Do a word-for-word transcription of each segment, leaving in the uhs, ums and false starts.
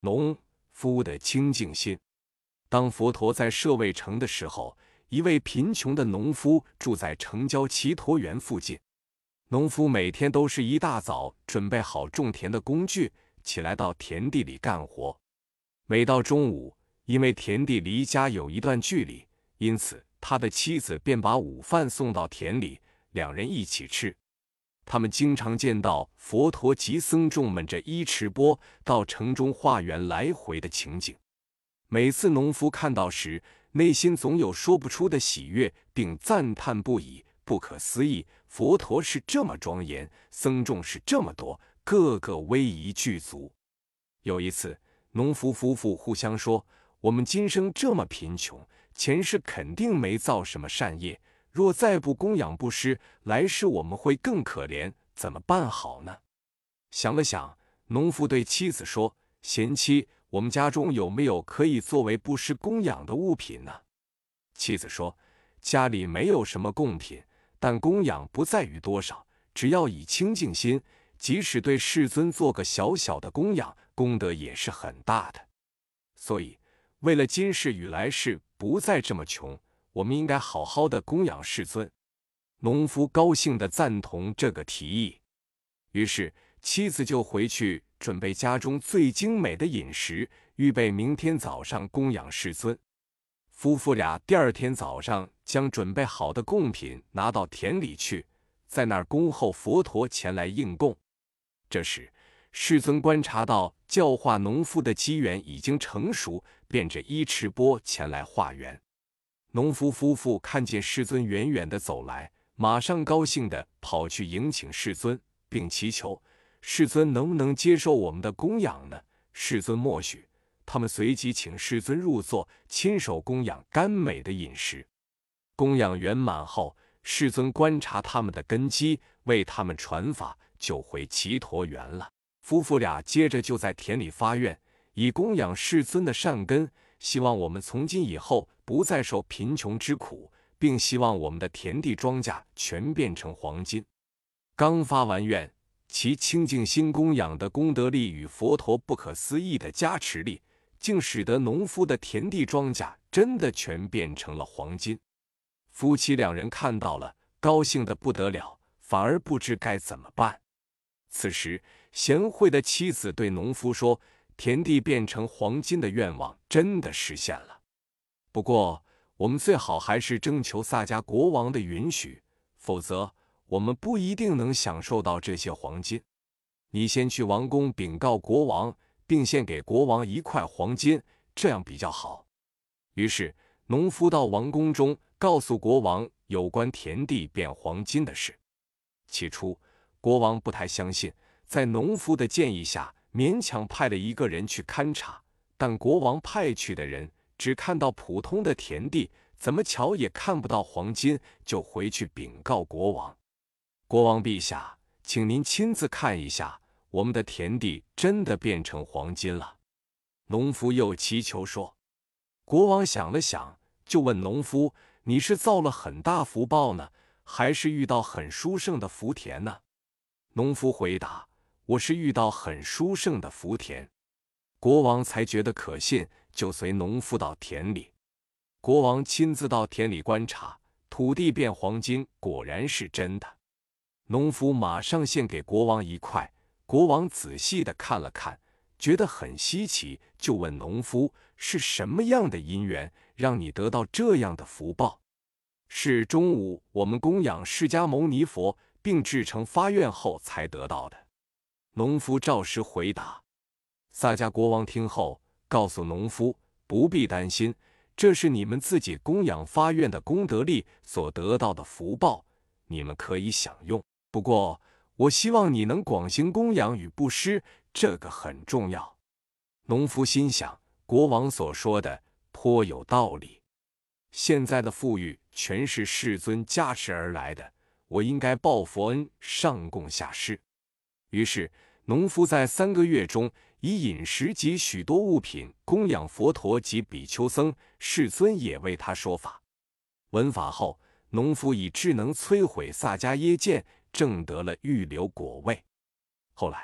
农夫的清净心。当佛陀在舍卫城的时候，一位贫穷的农夫住在城郊祇陀园附近。农夫每天都是一大早准备好种田的工具，起来到田地里干活。每到中午，因为田地离家有一段距离，因此他的妻子便把午饭送到田里，两人一起吃。他们经常见到佛陀及僧众们这依持钵到城中化缘来回的情景。每次农夫看到时，内心总有说不出的喜悦，并赞叹不已，不可思议，佛陀是这么庄严，僧众是这么多，个个威仪具足。有一次，农夫夫妇互相说，我们今生这么贫穷，前世肯定没造什么善业，若再不供养布施，来世我们会更可怜，怎么办好呢？想了想，农夫对妻子说，贤妻，我们家中有没有可以作为布施供养的物品呢？妻子说，家里没有什么贡品，但供养不在于多少，只要以清净心，即使对世尊做个小小的供养，功德也是很大的。所以，为了今世与来世不再这么穷，我们应该好好的供养世尊。农夫高兴地赞同这个提议，于是妻子就回去准备家中最精美的饮食，预备明天早上供养世尊。夫妇俩第二天早上将准备好的贡品拿到田里去，在那儿恭候佛陀前来应供。这时，世尊观察到教化农夫的机缘已经成熟，便着依持钵前来化缘。农夫夫妇看见世尊远远地走来，马上高兴地跑去迎请世尊，并祈求世尊能不能接受我们的供养呢？世尊默许。他们随即请世尊入座，亲手供养甘美的饮食。供养圆满后，世尊观察他们的根基，为他们传法，就回祇陀园了。夫妇俩接着就在田里发愿，以供养世尊的善根，希望我们从今以后不再受贫穷之苦，并希望我们的田地庄稼全变成黄金。刚发完愿，其清净心供养的功德力与佛陀不可思议的加持力，竟使得农夫的田地庄稼真的全变成了黄金。夫妻两人看到了，高兴得不得了，反而不知该怎么办。此时，贤惠的妻子对农夫说，田地变成黄金的愿望真的实现了。不过，我们最好还是征求萨迦国王的允许，否则我们不一定能享受到这些黄金。你先去王宫禀告国王，并献给国王一块黄金，这样比较好。于是，农夫到王宫中告诉国王有关田地变黄金的事。起初，国王不太相信，在农夫的建议下，勉强派了一个人去勘察，但国王派去的人只看到普通的田地，怎么瞧也看不到黄金，就回去禀告国王。国王陛下，请您亲自看一下，我们的田地真的变成黄金了。农夫又祈求说。国王想了想，就问农夫，你是造了很大福报呢，还是遇到很殊胜的福田呢？农夫回答，我是遇到很殊胜的福田。国王才觉得可信，就随农夫到田里。国王亲自到田里观察，土地变黄金果然是真的。农夫马上献给国王一块，国王仔细地看了看，觉得很稀奇，就问农夫，是什么样的因缘让你得到这样的福报？是中午我们供养释迦牟尼佛并至诚发愿后才得到的。农夫照实回答。萨迦国王听后，告诉农夫，不必担心，这是你们自己供养发愿的功德力所得到的福报，你们可以享用。不过，我希望你能广行供养与布施，这个很重要。农夫心想，国王所说的颇有道理。现在的富裕全是世尊加持而来的，我应该报佛恩，上供下施。于是，农夫在三个月中，以饮食及许多物品供养佛陀及比丘僧，世尊也为他说法。闻法后，农夫以智能摧毁萨迦耶见，证得了预流果位。后来，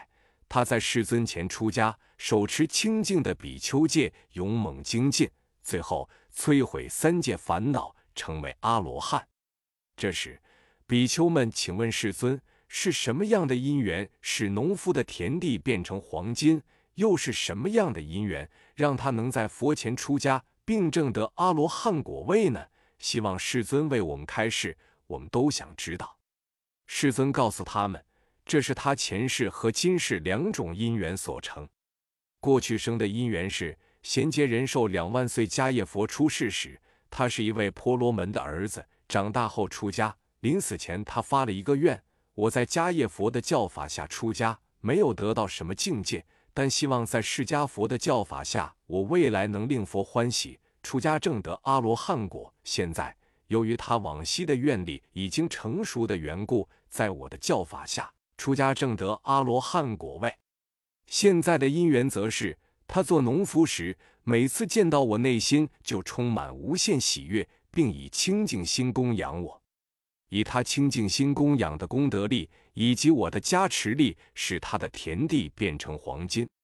他在世尊前出家，手持清净的比丘戒，勇猛精进，最后摧毁三界烦恼，成为阿罗汉。这时，比丘们请问世尊，是什么样的因缘使农夫的田地变成黄金？又是什么样的因缘让他能在佛前出家，并证得阿罗汉果位呢？希望世尊为我们开示，我们都想知道。世尊告诉他们，这是他前世和今世两种因缘所成。过去生的因缘是贤劫人寿两万岁迦叶佛出世时，他是一位婆罗门的儿子，长大后出家。临死前他发了一个愿，我在迦叶佛的教法下出家，没有得到什么境界，但希望在释迦佛的教法下，我未来能令佛欢喜，出家证得阿罗汉果。现在由于他往昔的愿力已经成熟的缘故，在我的教法下出家证得阿罗汉果位。现在的因缘则是他做农夫时，每次见到我，内心就充满无限喜悦，并以清净心供养我。以他清净心供养的功德力以及我的加持力，使他的田地变成黄金。